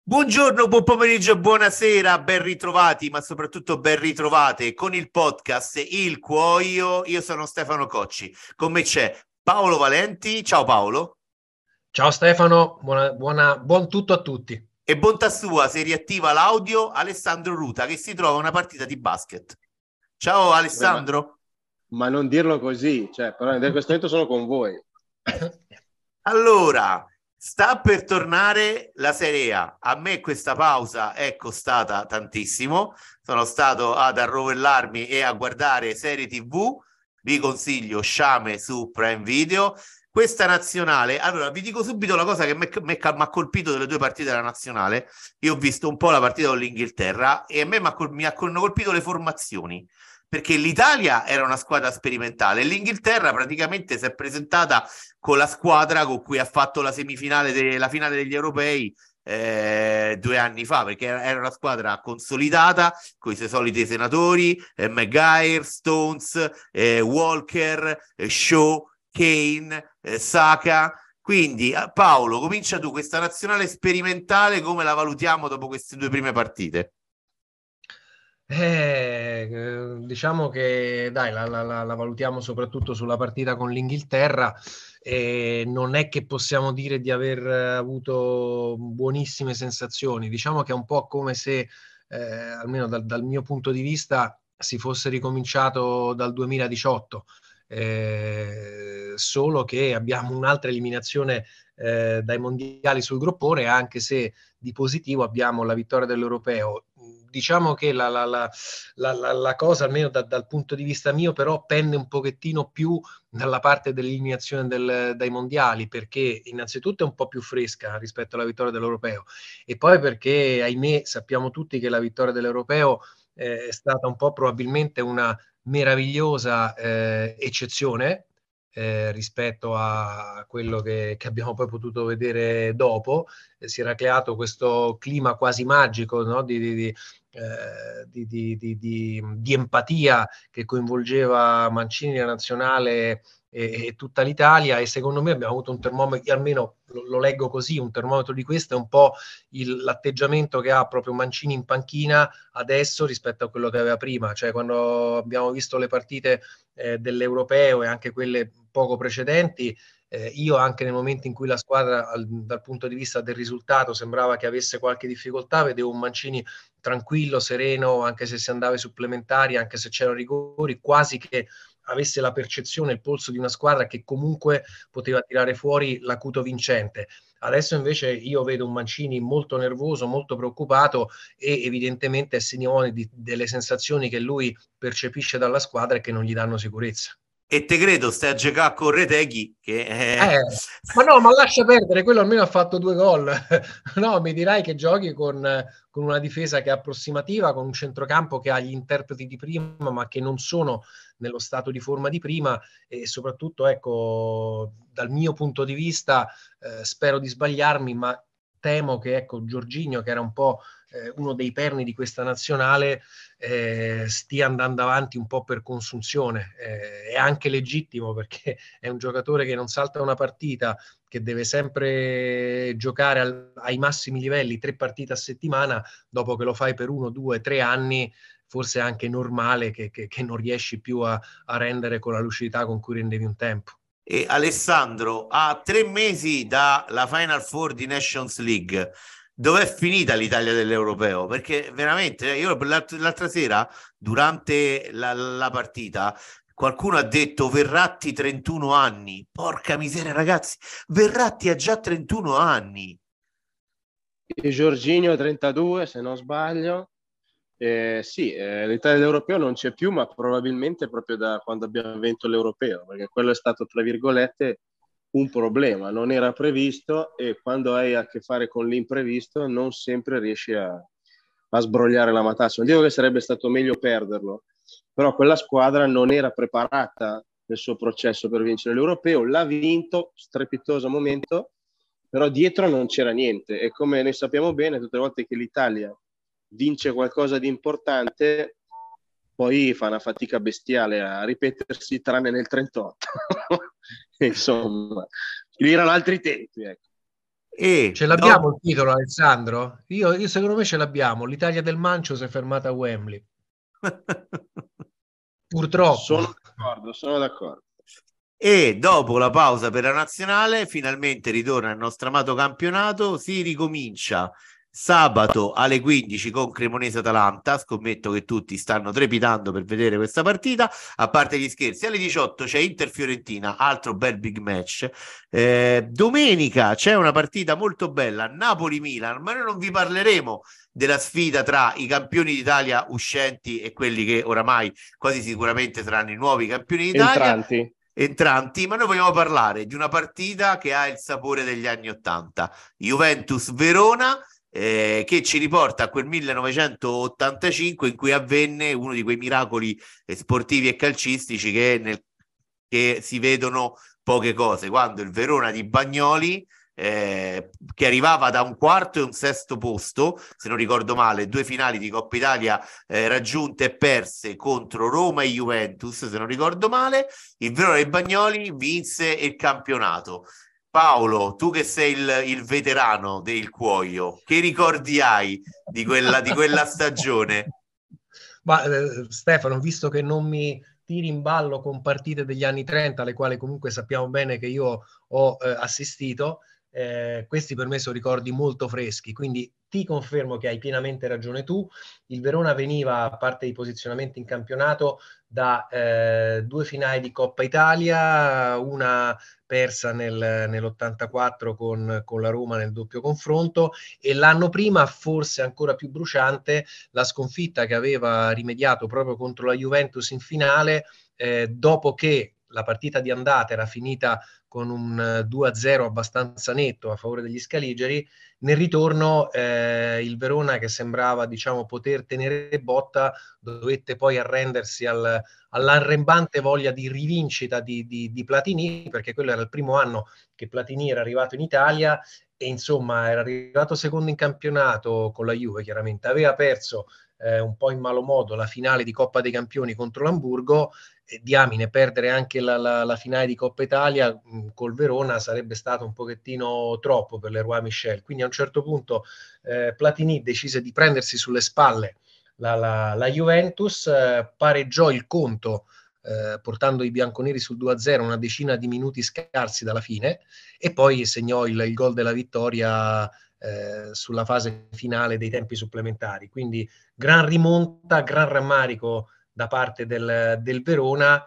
Buongiorno, buon pomeriggio e buonasera, ben ritrovati, ma soprattutto ben ritrovate con il podcast Il Cuoio. Io sono Stefano Cocci, con me c'è Paolo Valenti. Ciao Paolo. Ciao Stefano, buon tutto a tutti. E bontà sua, si riattiva l'audio, Alessandro Ruta, che si trova a una partita di basket. Ciao Vabbè, Alessandro. ma non dirlo così, però in questo momento sono con voi. Allora, sta per tornare la Serie A. A me questa pausa è costata tantissimo. Sono stato ad arrovellarmi e a guardare serie TV. Vi consiglio Sciame su Prime Video. Questa nazionale, allora vi dico subito la cosa che mi ha colpito delle due partite della nazionale. Io ho visto un po' la partita con l'Inghilterra e a me hanno colpito le formazioni, perché l'Italia era una squadra sperimentale e l'Inghilterra praticamente si è presentata con la squadra con cui ha fatto la semifinale, la finale degli europei 2 anni fa, perché era una squadra consolidata con i suoi soliti senatori, Maguire, Stones, Walker, Shaw, Kane, Saka. Quindi Paolo, comincia tu, questa nazionale sperimentale come la valutiamo dopo queste due prime partite? Diciamo che dai, la valutiamo soprattutto sulla partita con l'Inghilterra e non è che possiamo dire di aver avuto buonissime sensazioni. Diciamo che è un po' come se, almeno dal mio punto di vista, si fosse ricominciato dal 2018. Solo che abbiamo un'altra eliminazione dai mondiali sul groppone, anche se di positivo abbiamo la vittoria dell'Europeo. Diciamo che la cosa, almeno dal punto di vista mio, però pende un pochettino più dalla parte dell'eliminazione dai mondiali, perché innanzitutto è un po' più fresca rispetto alla vittoria dell'Europeo e poi perché, ahimè, sappiamo tutti che la vittoria dell'Europeo è stata un po' probabilmente una meravigliosa eccezione rispetto a quello che abbiamo poi potuto vedere dopo. Si era creato questo clima quasi magico, no? Di empatia che coinvolgeva Mancini, la nazionale e tutta l'Italia, e secondo me abbiamo avuto un termometro, almeno lo leggo così, un termometro di questo è un po' l'atteggiamento che ha proprio Mancini in panchina adesso rispetto a quello che aveva prima, cioè quando abbiamo visto le partite dell'Europeo e anche quelle poco precedenti, io anche nel momento in cui la squadra dal punto di vista del risultato sembrava che avesse qualche difficoltà, vedevo un Mancini tranquillo, sereno, anche se si andava ai supplementari, anche se c'erano rigori, quasi che avesse la percezione, il polso di una squadra che comunque poteva tirare fuori l'acuto vincente. Adesso invece io vedo un Mancini molto nervoso, molto preoccupato e evidentemente è segnone delle sensazioni che lui percepisce dalla squadra e che non gli danno sicurezza. E te credo, stai a giocare con Reteghi che Ma no, ma lascia perdere, quello almeno ha fatto 2 gol. No, mi dirai che giochi con una difesa che è approssimativa, con un centrocampo che ha gli interpreti di prima, ma che non sono nello stato di forma di prima e soprattutto, ecco, dal mio punto di vista, spero di sbagliarmi, ma temo che, ecco, Jorginho, che era un po' uno dei perni di questa nazionale, stia andando avanti un po' per consunzione. È anche legittimo perché è un giocatore che non salta una partita, che deve sempre giocare ai massimi livelli 3 partite a settimana. Dopo che lo fai per 1, 2, 3 anni, forse è anche normale che non riesci più a rendere con la lucidità con cui rendevi un tempo. E Alessandro, a 3 mesi dalla Final Four di Nations League, dov'è finita l'Italia dell'Europeo? Perché veramente io l'altra sera, durante la partita, qualcuno ha detto Verratti 31 anni. Porca miseria, ragazzi, Verratti ha già 31 anni. E Jorginho 32, se non sbaglio. Sì, l'Italia dell'Europeo non c'è più, ma probabilmente proprio da quando abbiamo vinto l'Europeo, perché quello è stato, tra virgolette, un problema. Non era previsto e quando hai a che fare con l'imprevisto non sempre riesci a sbrogliare la matassa. Non dico che sarebbe stato meglio perderlo, però quella squadra non era preparata nel suo processo per vincere l'Europeo. L'ha vinto, strepitoso momento, però dietro non c'era niente. E come noi sappiamo bene, tutte le volte che l'Italia vince qualcosa di importante, poi fa una fatica bestiale a ripetersi, tranne nel 38. Insomma, erano altri tempi, ecco. E Ce l'abbiamo il titolo, Alessandro? Io secondo me ce l'abbiamo. L'Italia del Mancio si è fermata a Wembley. Purtroppo. Sono d'accordo. E dopo la pausa per la nazionale, finalmente ritorna il nostro amato campionato, si ricomincia sabato alle 15 con Cremonese-Atalanta. Scommetto che tutti stanno trepidando per vedere questa partita, a parte gli scherzi. Alle 18 c'è Inter-Fiorentina, altro bel big match. Domenica c'è una partita molto bella, Napoli-Milan, ma noi non vi parleremo della sfida tra i campioni d'Italia uscenti e quelli che oramai quasi sicuramente saranno i nuovi campioni d'Italia. Entranti, ma noi vogliamo parlare di una partita che ha il sapore degli anni '80, Juventus-Verona, che ci riporta a quel 1985 in cui avvenne uno di quei miracoli sportivi e calcistici che si vedono poche cose, quando il Verona di Bagnoli, che arrivava da un quarto e un sesto posto, se non ricordo male, 2 finali di Coppa Italia raggiunte e perse contro Roma e Juventus, se non ricordo male, il Verona di Bagnoli vinse il campionato. Paolo, tu che sei il veterano del Cuoio, che ricordi hai di quella stagione? Ma Stefano, visto che non mi tiri in ballo con partite degli anni 30, alle quali comunque sappiamo bene che io ho assistito, questi per me sono ricordi molto freschi, quindi ti confermo che hai pienamente ragione tu. Il Verona veniva, a parte i posizionamenti in campionato, da 2 finali di Coppa Italia, una persa nell'84 con la Roma nel doppio confronto, e l'anno prima, forse ancora più bruciante, la sconfitta che aveva rimediato proprio contro la Juventus in finale, dopo che la partita di andata era finita con un 2-0 abbastanza netto a favore degli scaligeri. Nel ritorno il Verona, che sembrava, diciamo, poter tenere botta, dovette poi arrendersi all'arrembante voglia di rivincita di Platini, perché quello era il primo anno che Platini era arrivato in Italia e insomma era arrivato secondo in campionato con la Juve, chiaramente aveva perso un po' in malo modo la finale di Coppa dei Campioni contro l'Hamburgo, e diamine perdere anche la finale di Coppa Italia col Verona sarebbe stato un pochettino troppo per l'Eroy Michel, quindi a un certo punto Platini decise di prendersi sulle spalle la Juventus, pareggiò il conto portando i bianconeri sul 2-0 una decina di minuti scarsi dalla fine, e poi segnò il gol della vittoria sulla fase finale dei tempi supplementari. Quindi gran rimonta, gran rammarico da parte del Verona,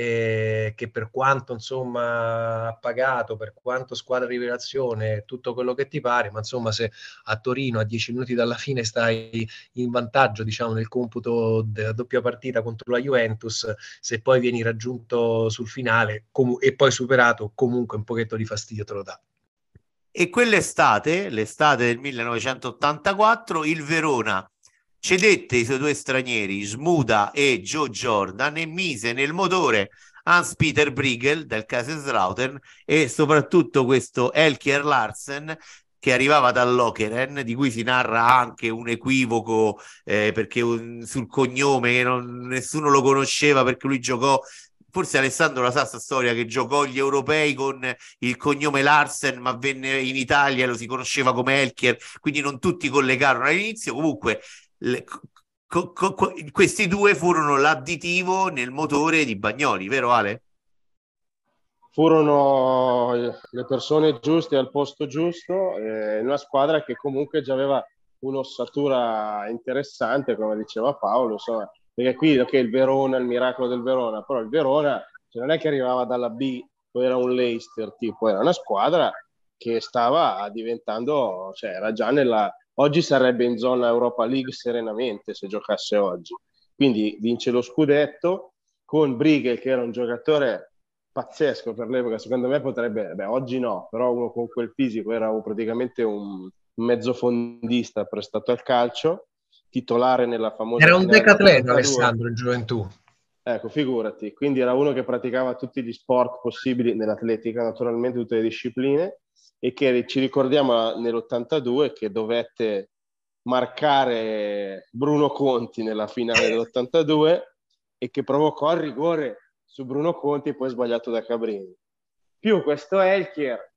che per quanto insomma ha pagato, per quanto squadra rivelazione, tutto quello che ti pare, ma insomma se a Torino a 10 minuti dalla fine stai in vantaggio, diciamo, nel computo della doppia partita contro la Juventus, se poi vieni raggiunto sul finale e poi superato, comunque un pochetto di fastidio te lo dà. E quell'estate, l'estate del 1984, il Verona cedette i suoi 2 stranieri, Smuda e Joe Jordan, e mise nel motore Hans-Peter Briegel del Kaiserslautern e soprattutto questo Elkjær Larsen, che arrivava dall'Okeren, di cui si narra anche un equivoco perché sul cognome che nessuno lo conosceva, perché lui giocò, forse Alessandro la sa sta storia, che giocò gli europei con il cognome Larsen, ma venne in Italia e lo si conosceva come Elkjær, quindi non tutti collegarono all'inizio. Comunque questi 2 furono l'additivo nel motore di Bagnoli, vero Ale? Furono le persone giuste al posto giusto, una squadra che comunque già aveva un'ossatura interessante, come diceva Paolo, insomma, perché qui il Verona, il miracolo del Verona, però il Verona non è che arrivava dalla B o era un Leicester, tipo, era una squadra che stava diventando, cioè era già oggi sarebbe in zona Europa League serenamente se giocasse oggi. Quindi vince lo scudetto con Briegel, che era un giocatore pazzesco per l'epoca, secondo me potrebbe, oggi no, però uno con quel fisico era praticamente un mezzofondista prestato al calcio, titolare nella famosa Era un finale decatleta, dell'82. Alessandro, in gioventù. Ecco, figurati, quindi era uno che praticava tutti gli sport possibili nell'atletica, naturalmente tutte le discipline, e che ci ricordiamo nell'82 che dovette marcare Bruno Conti nella finale dell'82 e che provocò il rigore su Bruno Conti, poi sbagliato da Cabrini. Più questo Elkjær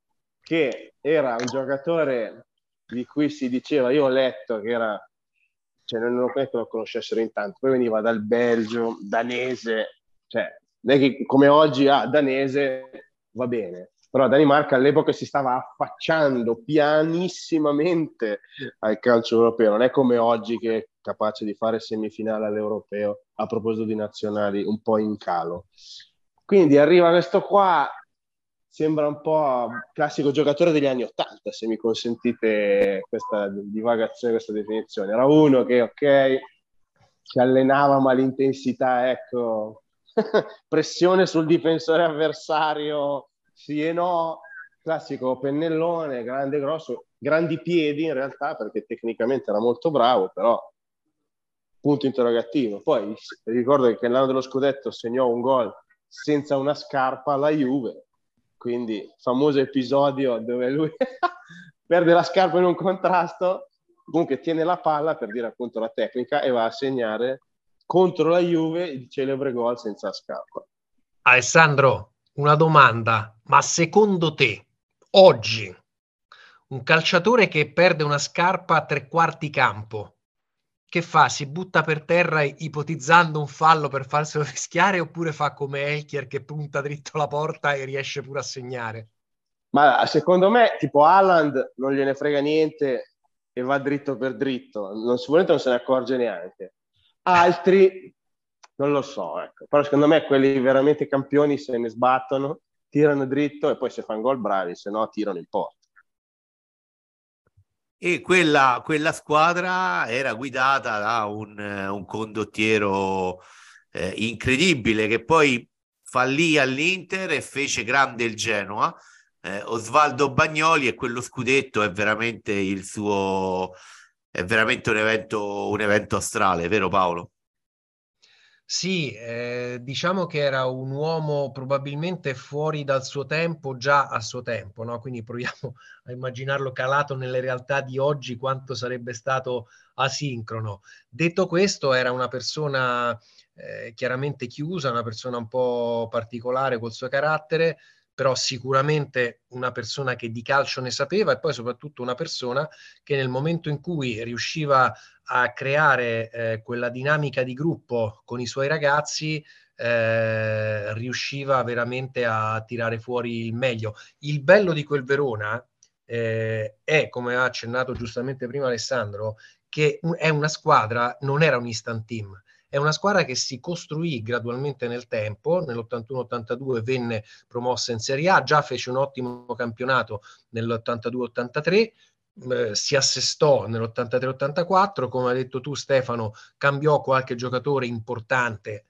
che era un giocatore di cui si diceva, io ho letto che era, cioè non è che lo conoscessero in tanto, poi veniva dal Belgio, danese, cioè non è che come oggi danese va bene, però Danimarca all'epoca si stava affacciando pianissimamente al calcio europeo, non è come oggi che è capace di fare semifinale all'europeo, a proposito di nazionali un po' in calo. Quindi arriva questo qua, sembra un po' classico giocatore degli anni '80, se mi consentite questa divagazione, questa definizione. Era uno che, ok, si allenava ma l'intensità, ecco, pressione sul difensore avversario, sì e no, classico pennellone, grande, grosso, grandi piedi in realtà, perché tecnicamente era molto bravo, però punto interrogativo. Poi ricordo che l'anno dello scudetto segnò un gol senza una scarpa alla Juve, quindi famoso episodio dove lui perde la scarpa in un contrasto, comunque tiene la palla per dire appunto la tecnica e va a segnare contro la Juve il celebre gol senza scarpa. Alessandro, una domanda, ma secondo te oggi un calciatore che perde una scarpa a tre quarti campo, che fa? Si butta per terra ipotizzando un fallo per farselo rischiare, oppure fa come Elchier che punta dritto alla porta e riesce pure a segnare? Ma secondo me, tipo Haaland non gliene frega niente e va dritto per dritto, non se ne accorge neanche. Altri non lo so, ecco. Però secondo me quelli veramente campioni se ne sbattono, tirano dritto e poi se fanno gol bravi, se no tirano in porta. E quella squadra era guidata da un condottiero incredibile, che poi fallì all'Inter e fece grande il Genoa. Osvaldo Bagnoli, e quello scudetto è veramente è veramente un evento astrale, vero Paolo? Sì, diciamo che era un uomo probabilmente fuori dal suo tempo già a suo tempo, no? Quindi proviamo a immaginarlo calato nelle realtà di oggi, quanto sarebbe stato asincrono. Detto questo, era una persona chiaramente chiusa, una persona un po' particolare col suo carattere, però sicuramente una persona che di calcio ne sapeva, e poi soprattutto una persona che nel momento in cui riusciva a creare quella dinamica di gruppo con i suoi ragazzi, riusciva veramente a tirare fuori il meglio. Il bello di quel Verona è, come ha accennato giustamente prima Alessandro, che è una squadra, non era un instant team. È una squadra che si costruì gradualmente nel tempo, nell'81-82 venne promossa in Serie A, già fece un ottimo campionato nell'82-83, si assestò nell'83-84, come hai detto tu Stefano, cambiò qualche giocatore importante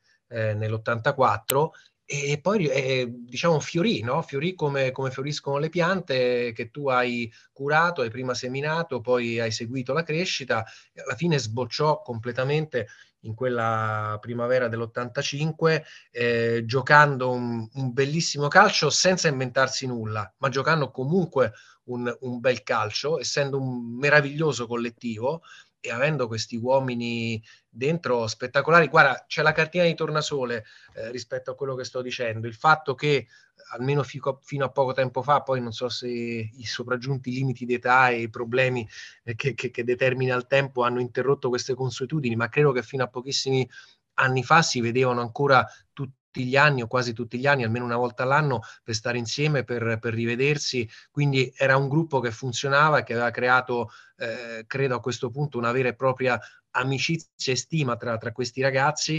nell'84 e poi diciamo fiorì, no? Fiorì come fioriscono le piante che tu hai curato, hai prima seminato, poi hai seguito la crescita e alla fine sbocciò completamente in quella primavera dell'85, giocando un bellissimo calcio senza inventarsi nulla, ma giocando comunque un bel calcio, essendo un meraviglioso collettivo e avendo questi uomini dentro spettacolari. Guarda, c'è la cartina di tornasole rispetto a quello che sto dicendo. Il fatto che almeno fino a poco tempo fa, poi non so se i sopraggiunti limiti d'età e i problemi che determina il tempo hanno interrotto queste consuetudini, ma credo che fino a pochissimi anni fa si vedevano ancora tutti gli anni o quasi tutti gli anni, almeno una volta all'anno, per stare insieme, per rivedersi. Quindi era un gruppo che funzionava e che aveva creato, credo a questo punto, una vera e propria amicizia e stima tra questi ragazzi,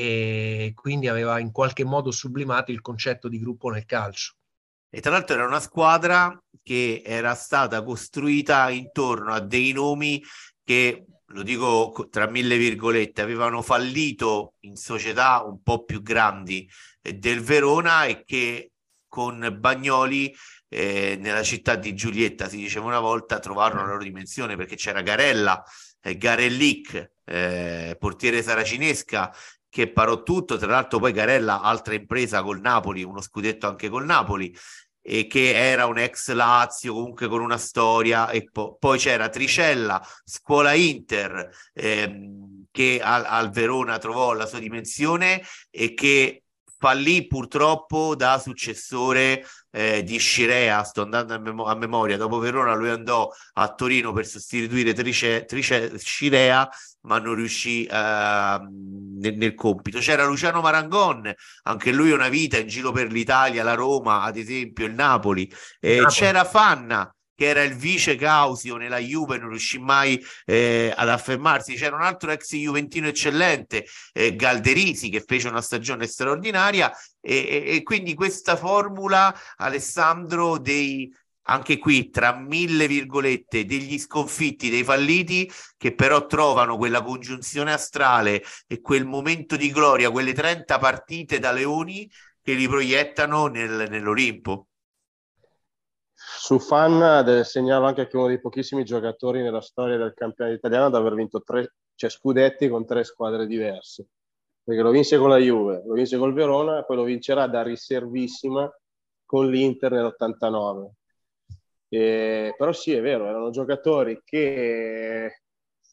e quindi aveva in qualche modo sublimato il concetto di gruppo nel calcio. E tra l'altro era una squadra che era stata costruita intorno a dei nomi che, lo dico tra mille virgolette, avevano fallito in società un po' più grandi del Verona, e che con Bagnoli nella città di Giulietta, si diceva una volta, trovarono la loro dimensione, perché c'era Garella, Garellic, portiere saracinesca, che parò tutto. Tra l'altro poi Garella, altra impresa col Napoli, uno scudetto anche col Napoli, e che era un ex Lazio comunque con una storia. E poi c'era Tricella, scuola Inter, che al Verona trovò la sua dimensione, e che fallì purtroppo da successore di Scirea. Sto andando a memoria. Dopo Verona lui andò a Torino per sostituire Scirea, ma non riuscì nel compito. C'era Luciano Marangon, anche lui una vita in giro per l'Italia, la Roma ad esempio, il Napoli. C'era Fanna, che era il vice Causio nella Juve, non riuscì mai ad affermarsi. C'era un altro ex juventino eccellente, Galderisi, che fece una stagione straordinaria, e quindi questa formula, Alessandro, anche qui tra 1000 virgolette, degli sconfitti, dei falliti, che però trovano quella congiunzione astrale e quel momento di gloria, quelle 30 partite da leoni che li proiettano nell'Olimpo. Su Fan segnalo anche che uno dei pochissimi giocatori nella storia del campionato italiano ad aver vinto scudetti con 3 squadre diverse, perché lo vinse con la Juve, lo vinse col Verona e poi lo vincerà da riservissima con l'Inter nell'89. Però sì, è vero, erano giocatori che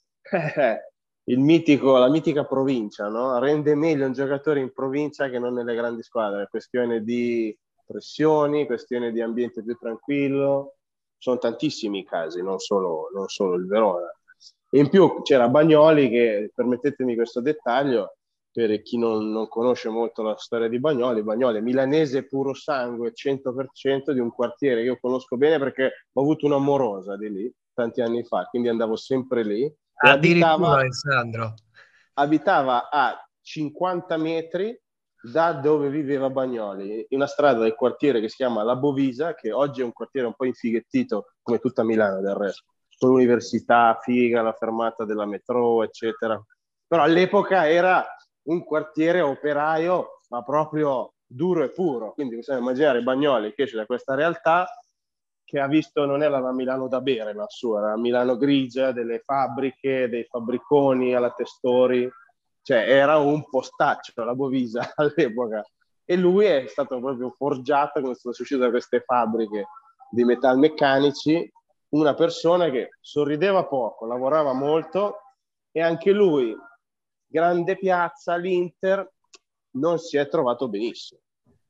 la mitica provincia, no? Rende meglio un giocatore in provincia che non nelle grandi squadre. È questione di pressioni, questione di ambiente più tranquillo. Sono tantissimi i casi, non solo il Verona. E in più c'era Bagnoli, che, permettetemi questo dettaglio, per chi non conosce molto la storia di Bagnoli è milanese puro sangue, 100%, di un quartiere che io conosco bene perché ho avuto un'amorosa di lì tanti anni fa, quindi andavo sempre lì. E addirittura, Alessandro, abitava a 50 metri da dove viveva Bagnoli, in una strada del quartiere che si chiama La Bovisa, che oggi è un quartiere un po' infighettito, come tutta Milano del resto, con l'università, figa, la fermata della metro, eccetera. Però all'epoca era un quartiere operaio, ma proprio duro e puro. Quindi possiamo immaginare Bagnoli che esce da questa realtà, che ha visto, non era la Milano da bere la sua, era la Milano grigia, delle fabbriche, dei fabbriconi alla Testori, cioè era un postaccio la Bovisa all'epoca. E lui è stato proprio forgiato, come sono uscito da queste fabbriche di metalmeccanici, una persona che sorrideva poco, lavorava molto, e anche lui, grande piazza, l'Inter, non si è trovato benissimo.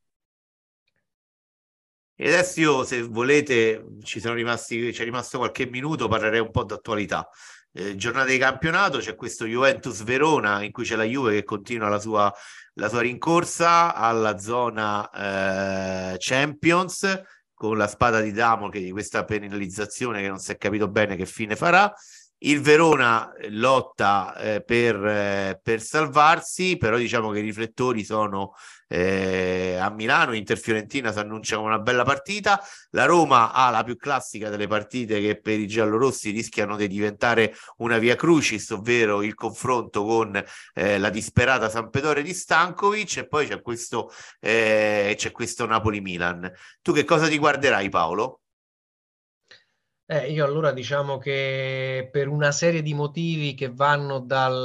E adesso io, se volete, c'è rimasto qualche minuto, parlerei un po' d'attualità. Giornata di campionato, c'è questo Juventus Verona in cui c'è la Juve che continua la sua rincorsa alla zona Champions, con la spada di Damocle di questa penalizzazione che non si è capito bene che fine farà. Il Verona lotta per salvarsi, però diciamo che i riflettori sono a Milano. Inter Fiorentina si annuncia come una bella partita. La Roma ha la più classica delle partite che per i giallorossi rischiano di diventare una via crucis, ovvero il confronto con la disperata Sampdoria di Stankovic, e poi c'è questo Napoli-Milan. Tu che cosa ti guarderai, Paolo? Io allora diciamo che per una serie di motivi che vanno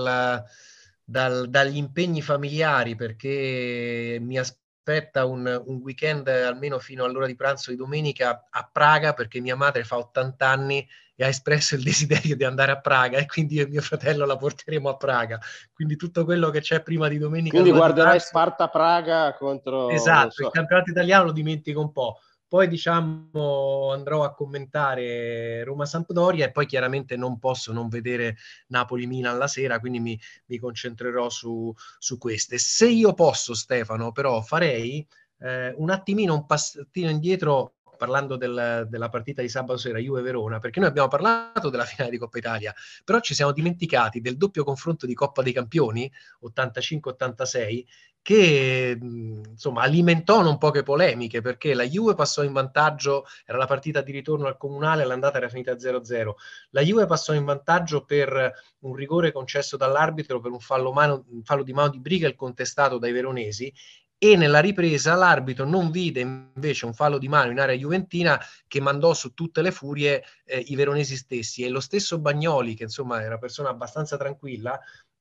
dagli impegni familiari, perché mi aspetta un weekend almeno fino all'ora di pranzo di domenica a Praga, perché mia madre fa 80 anni e ha espresso il desiderio di andare a Praga, e quindi io e mio fratello la porteremo a Praga. Quindi tutto quello che c'è prima di domenica. Quindi guarderai Sparta-Praga contro... Esatto, il campionato italiano lo dimentico un po'. Poi diciamo andrò a commentare Roma-Sampdoria, e poi chiaramente non posso non vedere Napoli-Milan la sera, quindi mi concentrerò su queste. Se io posso, Stefano, però farei un attimino un passatino indietro, parlando della partita di sabato sera Juve-Verona, perché noi abbiamo parlato della finale di Coppa Italia, però ci siamo dimenticati del doppio confronto di Coppa dei Campioni 85-86, che insomma alimentò non poche polemiche, perché la Juve passò in vantaggio, era la partita di ritorno al Comunale, l'andata era finita 0-0, la Juve passò in vantaggio per un rigore concesso dall'arbitro per un fallo di mano di Brighel contestato dai veronesi, e nella ripresa l'arbitro non vide invece un fallo di mano in area juventina che mandò su tutte le furie i veronesi stessi, e lo stesso Bagnoli, che insomma era una persona abbastanza tranquilla,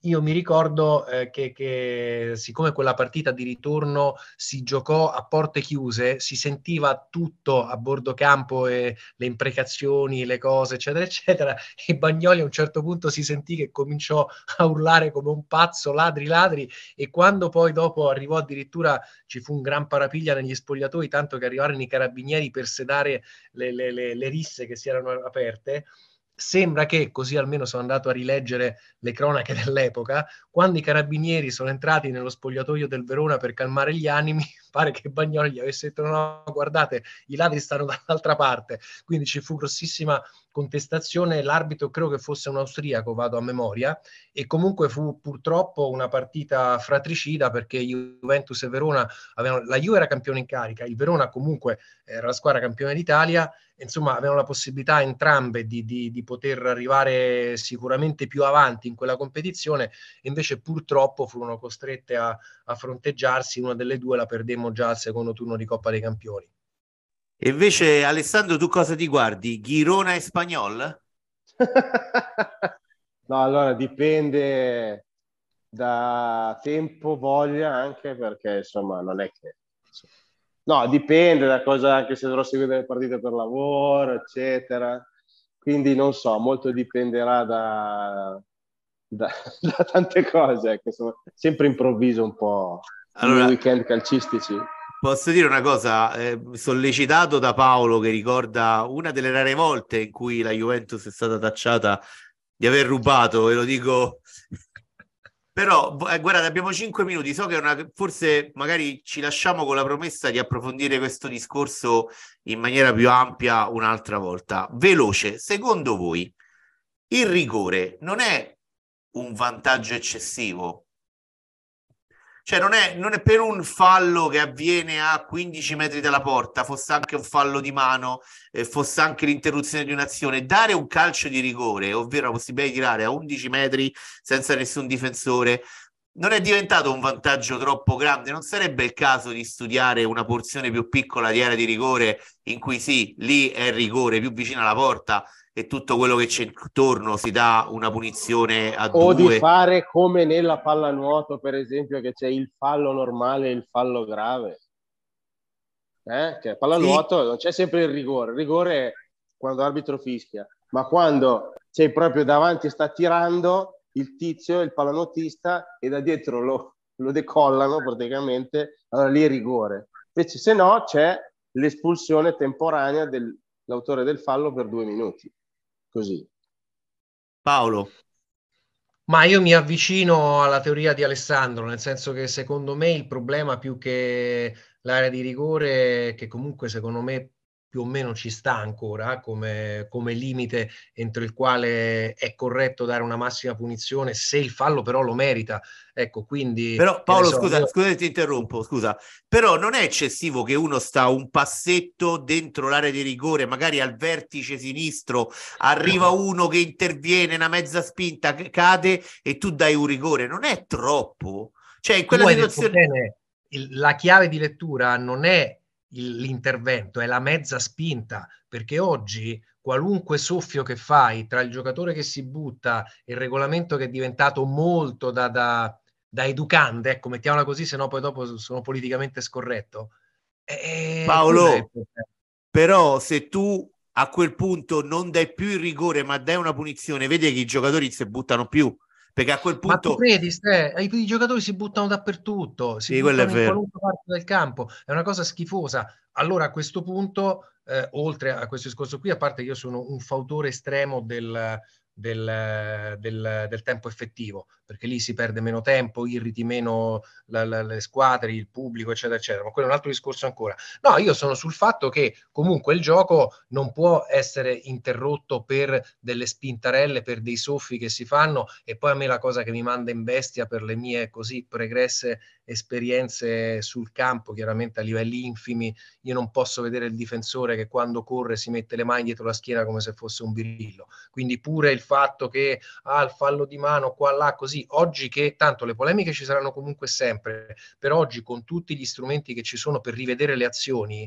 Io mi ricordo che siccome quella partita di ritorno si giocò a porte chiuse, si sentiva tutto a bordo campo, e le imprecazioni, le cose, eccetera, eccetera, e Bagnoli a un certo punto si sentì che cominciò a urlare come un pazzo, ladri, ladri, e quando poi dopo arrivò addirittura, ci fu un gran parapiglia negli spogliatoi, tanto che arrivarono i carabinieri per sedare le risse che si erano aperte. Sembra che, così almeno sono andato a rileggere le cronache dell'epoca, quando i carabinieri sono entrati nello spogliatoio del Verona per calmare gli animi, pare che Bagnoli gli avesse detto: no, guardate, i ladri stanno dall'altra parte. Quindi ci fu grossissima contestazione. L'arbitro credo che fosse un austriaco, vado a memoria, e comunque fu purtroppo una partita fratricida, perché Juventus e Verona avevano, la Juve era campione in carica, il Verona comunque era la squadra campione d'Italia. Insomma, avevano la possibilità entrambe di poter arrivare sicuramente più avanti in quella competizione, e invece purtroppo furono costrette a fronteggiarsi. Una delle due la perdemmo già al secondo turno di Coppa dei Campioni. E invece, Alessandro, tu cosa ti guardi? Girona e Spagnol? No, allora dipende da tempo, voglia, anche perché insomma non è che... No, dipende da cosa, anche se dovrò seguire le partite per lavoro, eccetera. Quindi non so, molto dipenderà da, da tante cose, che sono sempre improvviso un po' i miei Allora, weekend calcistici. posso dire una cosa, sollecitato da Paolo, che ricorda una delle rare volte in cui la Juventus è stata tacciata di aver rubato, e lo dico. Però, guardate, abbiamo 5 minuti. So che forse magari ci lasciamo con la promessa di approfondire questo discorso in maniera più ampia un'altra volta. Veloce, secondo voi il rigore non è un vantaggio eccessivo? Cioè non è per un fallo che avviene a 15 metri dalla porta, fosse anche un fallo di mano, fosse anche l'interruzione di un'azione, dare un calcio di rigore, ovvero la possibilità di tirare a 11 metri senza nessun difensore, non è diventato un vantaggio troppo grande? Non sarebbe il caso di studiare una porzione più piccola di area di rigore, in cui sì, lì è rigore più vicino alla porta, e tutto quello che c'è intorno si dà una punizione a O di due? fare come nella pallanuoto, per esempio, che c'è il fallo normale e il fallo grave. Che Sì. pallanuoto non c'è sempre il rigore è quando l'arbitro fischia, ma quando sei proprio davanti e sta tirando il tizio, il pallanuotista, e da dietro lo decollano praticamente, allora lì è rigore. Invece se no c'è l'espulsione temporanea dell'autore del fallo per 2 minuti. Così. Paolo? Ma io mi avvicino alla teoria di Alessandro, nel senso che secondo me il problema, più che l'area di rigore, che comunque secondo me più o meno ci sta ancora come limite entro il quale è corretto dare una massima punizione, se il fallo però lo merita. Ecco, quindi, Però che ne Paolo, so, scusa, scusa se ti interrompo, scusa, però non è eccessivo che uno sta un passetto dentro l'area di rigore, magari al vertice sinistro, arriva uno che interviene, una mezza spinta, cade e tu dai un rigore? Non è troppo? Cioè, in tu quella hai detto situazione... bene, la chiave di lettura non è l'intervento, è la mezza spinta, perché oggi qualunque soffio che fai tra il giocatore che si butta e il regolamento che è diventato molto da educande, ecco, mettiamola così, se no poi dopo sono politicamente scorretto. Quello è il Paolo, problema. però se tu a quel punto non dai più il rigore ma dai una punizione, vedi che i giocatori si buttano più, perché a quel Ma tu punto... credi, Ste? I giocatori si buttano dappertutto, si Sì, quello è buttano in vero. qualunque parte del campo, è una cosa schifosa. Allora a questo punto, oltre a questo discorso qui, a parte che io sono un fautore estremo del tempo effettivo, perché lì si perde meno tempo, irriti meno le squadre, il pubblico, eccetera, eccetera, ma quello è un altro discorso ancora. No, io sono sul fatto che comunque il gioco non può essere interrotto per delle spintarelle, per dei soffi che si fanno, e poi a me la cosa che mi manda in bestia, per le mie così pregresse esperienze sul campo, chiaramente a livelli infimi, io non posso vedere il difensore che quando corre si mette le mani dietro la schiena come se fosse un birillo. Quindi pure il fatto che il fallo di mano qua là così, oggi, che tanto le polemiche ci saranno comunque sempre, per oggi con tutti gli strumenti che ci sono per rivedere le azioni,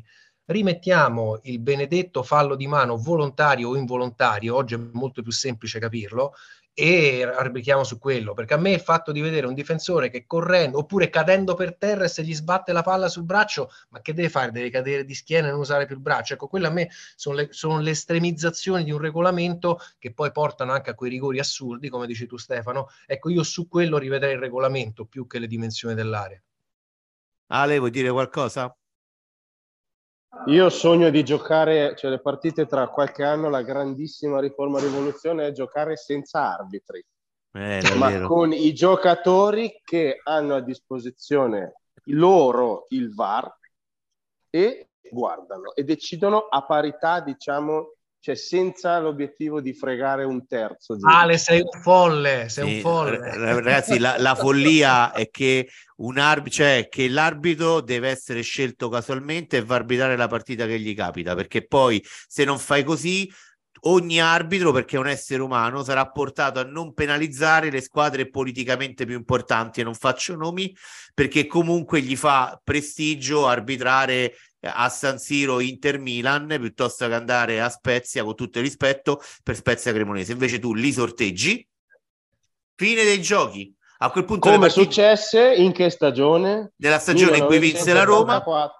rimettiamo il benedetto fallo di mano volontario o involontario, oggi è molto più semplice capirlo, e arbitriamo su quello, perché a me il fatto di vedere un difensore che correndo oppure cadendo per terra e se gli sbatte la palla sul braccio, ma che deve fare? Deve cadere di schiena e non usare più il braccio? Ecco, quelle a me sono le estremizzazioni di un regolamento che poi portano anche a quei rigori assurdi, come dici tu Stefano. Ecco, io su quello rivedrei il regolamento più che le dimensioni dell'area. Ale, vuoi dire qualcosa? Io sogno di giocare, cioè le partite tra qualche anno, la grandissima riforma rivoluzione è giocare senza arbitri, ma con i giocatori che hanno a disposizione loro il VAR e guardano e decidono a parità, diciamo, cioè senza l'obiettivo di fregare un terzo giudice. Ale, sei un folle, sei un folle. Ragazzi, la follia è che cioè che l'arbitro deve essere scelto casualmente e va a arbitrare la partita che gli capita, perché poi se non fai così ogni arbitro, perché è un essere umano, sarà portato a non penalizzare le squadre politicamente più importanti, e non faccio nomi perché comunque gli fa prestigio arbitrare a San Siro Inter Milan piuttosto che andare a Spezia, con tutto il rispetto per Spezia Cremonese. Invece tu li sorteggi, fine dei giochi. A quel punto come successe in che stagione? Nella stagione in cui vinse la Roma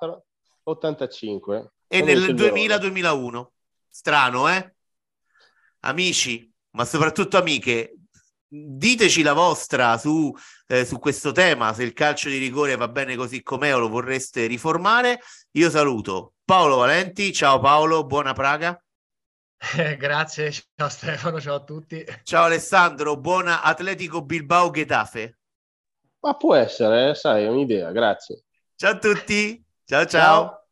85 e nel 2000-2001. Strano, amici, ma soprattutto amiche, diteci la vostra su questo tema, se il calcio di rigore va bene così com'è o lo vorreste riformare. Io saluto Paolo Valenti, ciao Paolo, buona Praga. Grazie, ciao Stefano, ciao a tutti. Ciao Alessandro, buona Atletico Bilbao Getafe. Ma può essere, sai, è un'idea, grazie. Ciao a tutti, ciao ciao.